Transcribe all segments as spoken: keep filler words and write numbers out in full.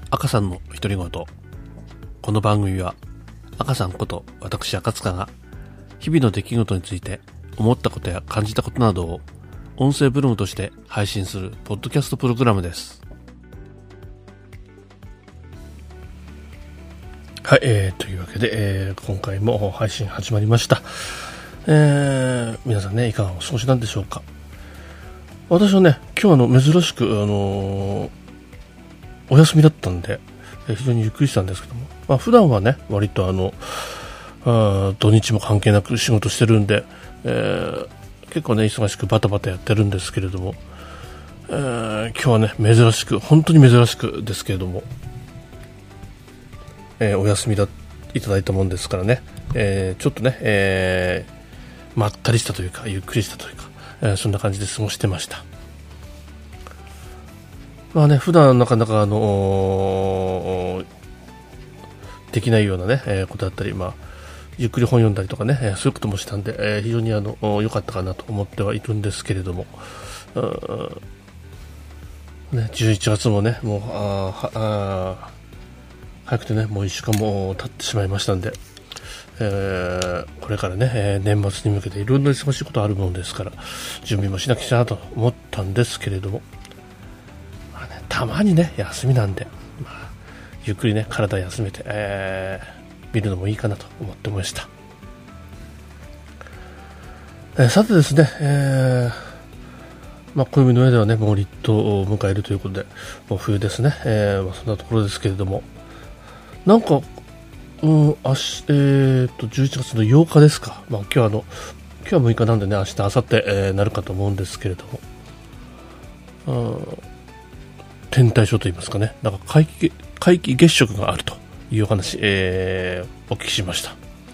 赤さんの独り言。この番組は赤さんこと私赤塚が日々の出来事について思ったことや感じたことなどを音声ブログとして配信するポッドキャストプログラムです。はい、えー、というわけで、えー、今回も配信始まりました。えー、皆さんねいかがお過ごしなんでしょうか。私はね今日あの珍しく、あのー、お休みだったんで、えー、非常にゆっくりしたんですけども、まあ、普段はね割とあのあ土日も関係なく仕事してるんで、えー、結構ね忙しくバタバタやってるんですけれども、えー、今日はね珍しく本当に珍しくですけれども、えー、お休みだいただいたもんですからね、えー、ちょっとね、えー、まったりしたというかゆっくりしたというか、えー、そんな感じで過ごしてました。まあね普段なかなかあのー、できないようなね、えー、ことだったり、まあゆっくり本読んだりとかね、えー、そういうこともしたんで、えー、非常にあの良かったかなと思ってはいるんですけれども、ね、じゅういちがつもねもうああ早くてねもういっしゅうかんも経ってしまいましたんで、えー、これからね、えー、年末に向けていろんな忙しいことあるものですから準備もしなきゃなと思ったんですけれども、まあね、たまにね休みなんで、まあ、ゆっくりね体休めて、えー、見るのもいいかなと思ってました。えー、さてですね、えーまあ、暦の上ではねもう立冬を迎えるということでもう冬ですね、えーまあ、そんなところですけれども、なんか、うん、明日、えー、とじゅういちがつのようかですか、まあ、今日はあの今日はむいかなんでね明日明後日、えー、なるかと思うんですけれども、天体ショーといいますかね、なんか皆既、皆既月食があるというお話、えー、お聞きしました。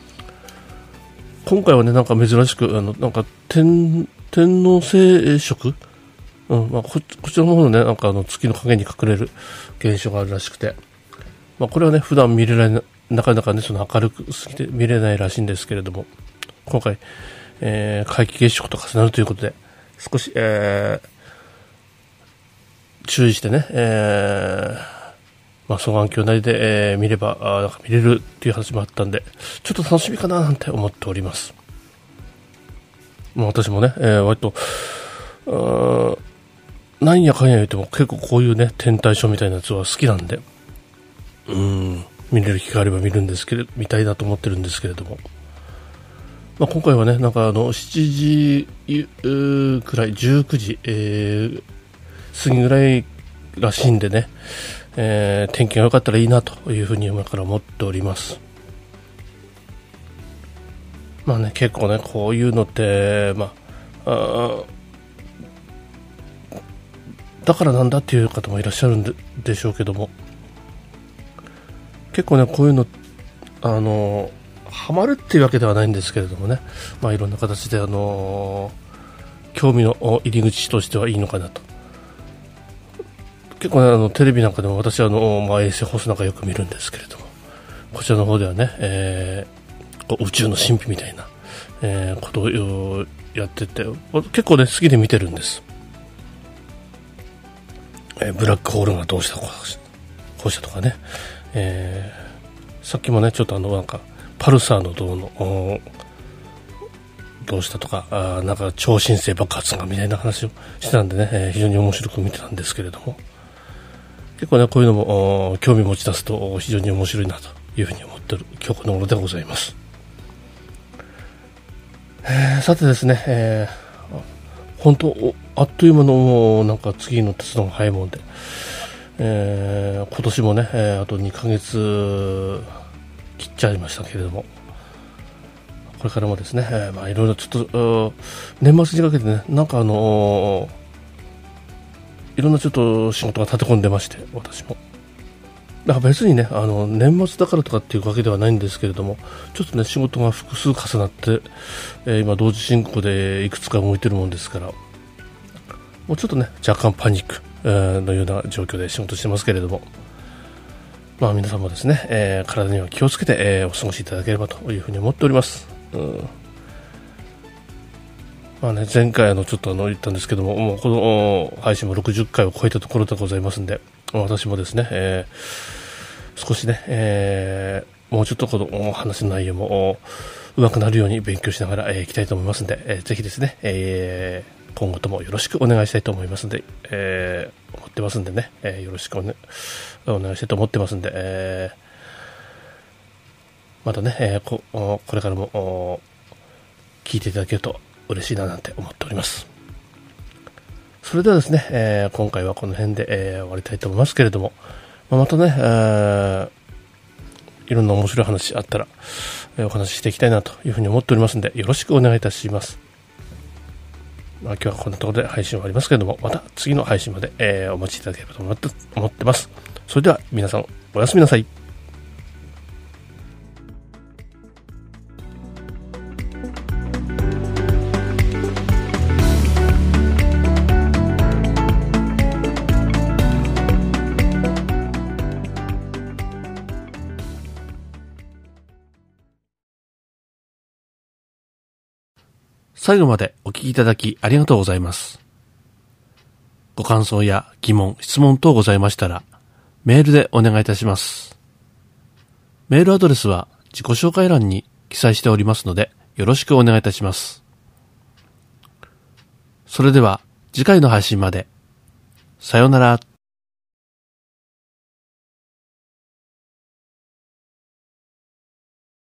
今回はねなんか珍しくあのなんか天天王星食、うんまあ、こ, こちらの方のねなんかあの月の影に隠れる現象があるらしくて、まあ、これはね普段見れないなかなかねその明るくすぎて見れないらしいんですけれども、今回、えー、皆既月食と重なるということで少し、えー、注意してね、えーまあ、双眼鏡なりで、えー、見ればあなんか見れるっていう話もあったんでちょっと楽しみかななんて思っております。まあ、私もね、えー、割となんやかんや言っても結構こういうね天体ショーみたいなやつは好きなんで、うん見れる機会があれば見るんですけれ見たいなと思ってるんですけれども、まあ、今回はねなんかあのしちじくらいじゅうくじ、えー、過ぎぐらいらしいんでね、えー、天気が良かったらいいなというふうに今から思っております。まあね結構ねこういうのってまああだからなんだっていう方もいらっしゃるん で, でしょうけども、結構ねこういうのあのハマるっていうわけではないんですけれどもね、まあいろんな形であの興味の入り口としてはいいのかなと。結構ねあのテレビなんかでも私はあの、まあ、衛星放送なんかよく見るんですけれども、こちらの方ではね、えー、宇宙の神秘みたいな、えー、ことをやってて結構ね好きで見てるんです。えー、ブラックホールがどうしたこうしたとかね、えー、さっきもねちょっとあのなんかパルサーの銅のどうしたとかあなんか超新星爆発がみたいな話をしてたんでね、えー、非常に面白く見てたんですけれども、結構ねこういうのも興味持ち出すと非常に面白いなというふうに思っている今日この頃でございます。えー、さてですね、えー、本当あっという間のなんか次の鉄道が早いもんで、えー、今年もね、えー、あとにかげつ切っちゃいましたけれども、これからもですね、えー、まあいろいろちょっと年末にかけてねなんかあのー、いろんなちょっと仕事が立て込んでまして、私もだから別にねあの年末だからとかっていうわけではないんですけれども、ちょっとね仕事が複数重なって、えー、今同時進行でいくつか動いてるもんですから、もうちょっとね若干パニック、えー、のような状況で仕事してますけれども、まあ皆さんもですね、えー、体には気をつけて、えー、お過ごしいただければというふうに思っております。うんまあね、前回あのちょっとあの言ったんですけども、もうこの配信もろくじゅっかいを超えたところでございますんで、 私もですね、えー、少しね、えー、もうちょっとこの話の内容も上手くなるように勉強しながら、えー、いきたいと思いますので、えー、ぜひですね、えー、今後ともよろしくお願いしたいと思いますので、えー、思ってますんでね、えー、よろしくお,、ね、お願いしたいと思ってますんで、えー、またね、えー、こ, これからも聞いていただけると嬉しいななんて思っております。それではですね、えー、今回はこの辺で、えー、終わりたいと思いますけれども、まあ、またね、えー、いろんな面白い話あったら、えー、お話ししていきたいなというふうに思っておりますので、よろしくお願いいたします。まあ、今日はこんなところで配信終わりますけれども、また次の配信まで、えー、お待ちいただければと思って、思ってます。それでは皆さんおやすみなさい。最後までお聞きいただきありがとうございます。ご感想や疑問、質問等ございましたら、メールでお願いいたします。メールアドレスは自己紹介欄に記載しておりますので、よろしくお願いいたします。それでは次回の配信まで。さようなら。